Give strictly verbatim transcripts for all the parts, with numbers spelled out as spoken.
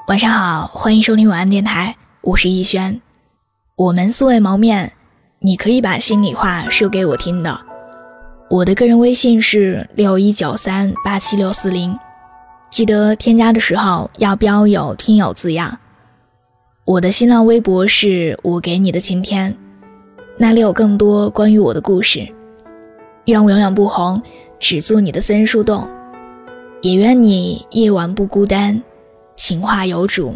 晚上好，欢迎收听晚安电台，我是逸轩。我们素未谋面，你可以把心里话说给我听的。我的个人微信是六一九三八七六四零，记得添加的时候要标有听友字样。我的新浪微博是我给你的晴天，那里有更多关于我的故事。愿我永远不红，只做你的私人树洞，也愿你夜晚不孤单，情话有主。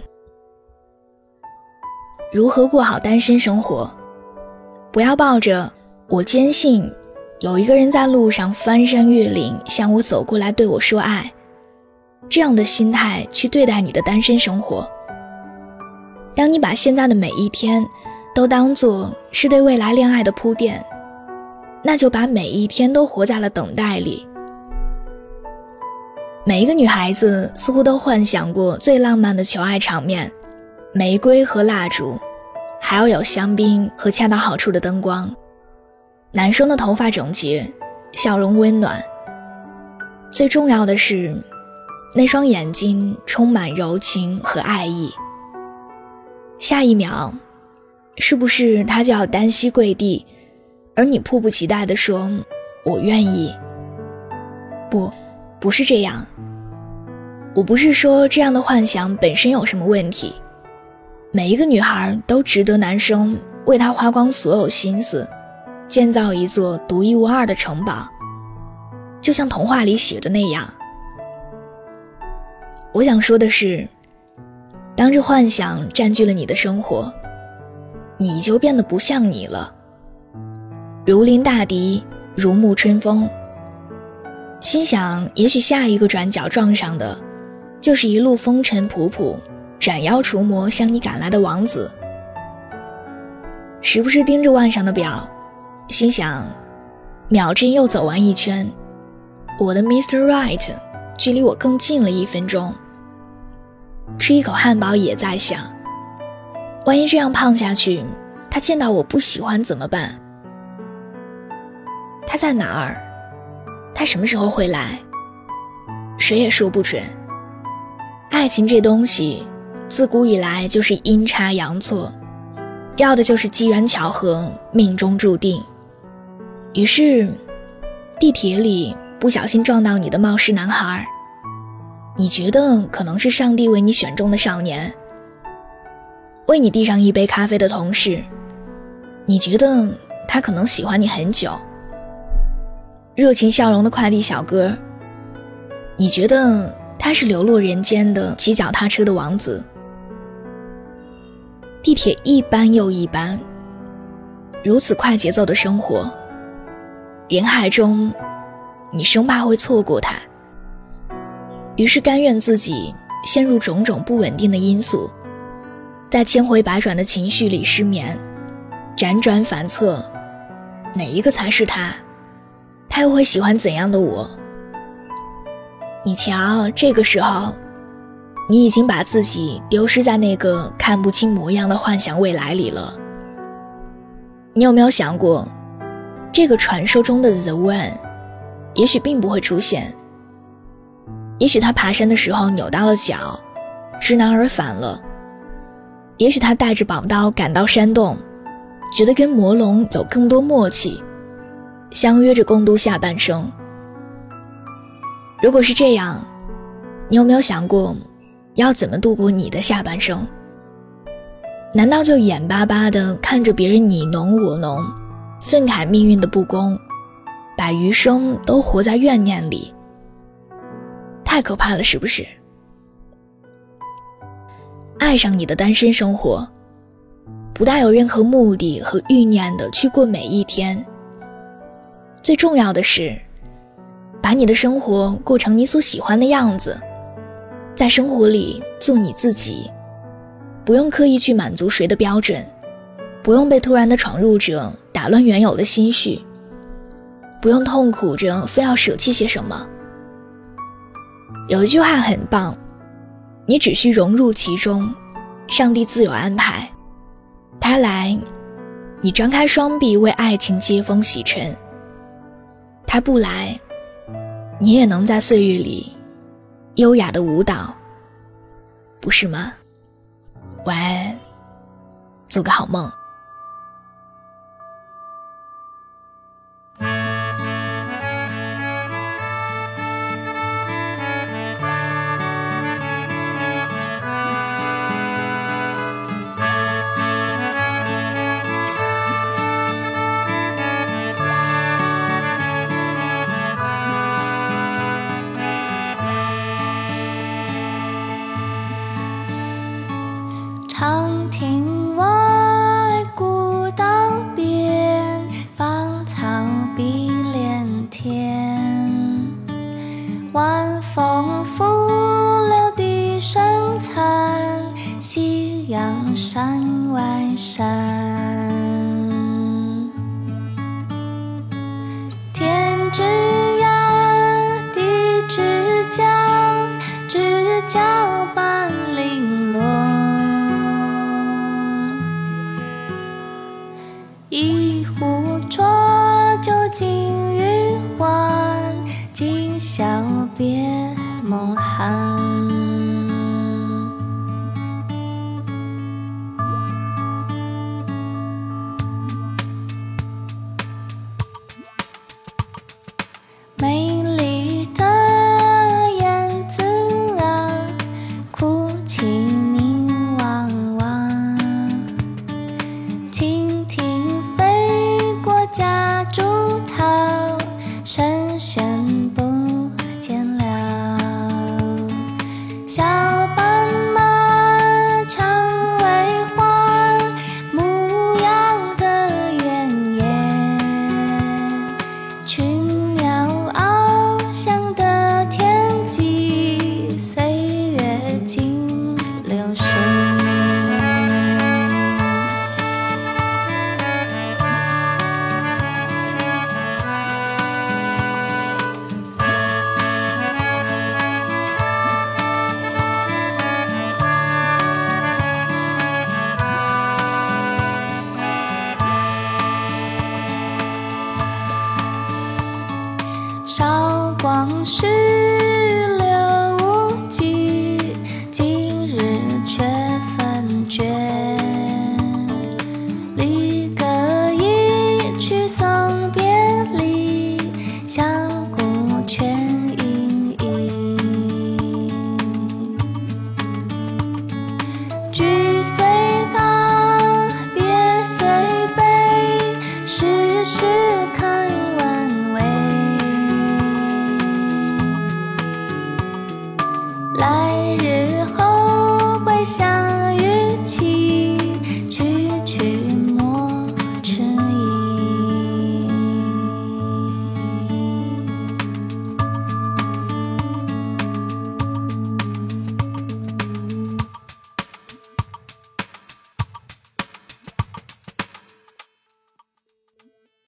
如何过好单身生活？不要抱着我坚信有一个人在路上翻山越岭向我走过来对我说爱这样的心态去对待你的单身生活。当你把现在的每一天都当作是对未来恋爱的铺垫，那就把每一天都活在了等待里。每一个女孩子似乎都幻想过最浪漫的求爱场面，玫瑰和蜡烛，还要有香槟和恰到好处的灯光。男生的头发整洁，笑容温暖，最重要的是那双眼睛充满柔情和爱意。下一秒，是不是他就要单膝跪地，而你迫不及待地说我愿意？不不是这样。我不是说这样的幻想本身有什么问题，每一个女孩都值得男生为她花光所有心思，建造一座独一无二的城堡，就像童话里写的那样。我想说的是，当这幻想占据了你的生活，你就变得不像你了。如临大敌，如沐春风。心想也许下一个转角撞上的就是一路风尘仆仆，斩妖除魔向你赶来的王子。时不时盯着腕上的表，心想秒针又走完一圈，我的 Mister Right 距离我更近了一分钟。吃一口汉堡也在想，万一这样胖下去，他见到我不喜欢怎么办？他在哪儿？他什么时候会来？谁也说不准。爱情这东西自古以来就是阴差阳错，要的就是机缘巧合，命中注定。于是地铁里不小心撞到你的冒失男孩，你觉得可能是上帝为你选中的少年。为你递上一杯咖啡的同事，你觉得他可能喜欢你很久。热情笑容的快递小哥，你觉得他是流落人间的骑脚踏车的王子。地铁一班又一班，如此快节奏的生活，人海中你生怕会错过他，于是甘愿自己陷入种种不稳定的因素，在千回百转的情绪里失眠，辗转反侧，哪一个才是他？他又会喜欢怎样的我？你瞧，这个时候你已经把自己丢失在那个看不清模样的幻想未来里了。你有没有想过，这个传说中的 The One 也许并不会出现？也许他爬山的时候扭到了脚，知难而返了。也许他带着宝刀赶到山洞，觉得跟魔龙有更多默契，相约着共度下半生。如果是这样，你有没有想过要怎么度过你的下半生？难道就眼巴巴地看着别人你侬我侬，愤慨命运的不公，把余生都活在怨念里？太可怕了，是不是？爱上你的单身生活，不带有任何目的和欲念的去过每一天。最重要的是，把你的生活过成你所喜欢的样子，在生活里做你自己，不用刻意去满足谁的标准，不用被突然的闯入者打乱原有的心绪，不用痛苦着非要舍弃些什么。有一句话很棒，你只需融入其中，上帝自有安排。他来，你张开双臂为爱情接风洗尘；他不来，你也能在岁月里优雅的舞蹈，不是吗？ 晚安，做个好梦。 长亭外，古道边，芳草碧连天。晚风拂柳笛声残，夕阳山外山。天之涯，地之角，知交半零落。一壶浊酒尽余欢，今宵别梦寒。美丽的燕子啊，哭泣凝望望。蜻蜓飞过夹竹桃，声声不见了。小斑马蔷薇花，牧羊的原野。群鸟翱翔的天际，岁月经流逝。韶光逝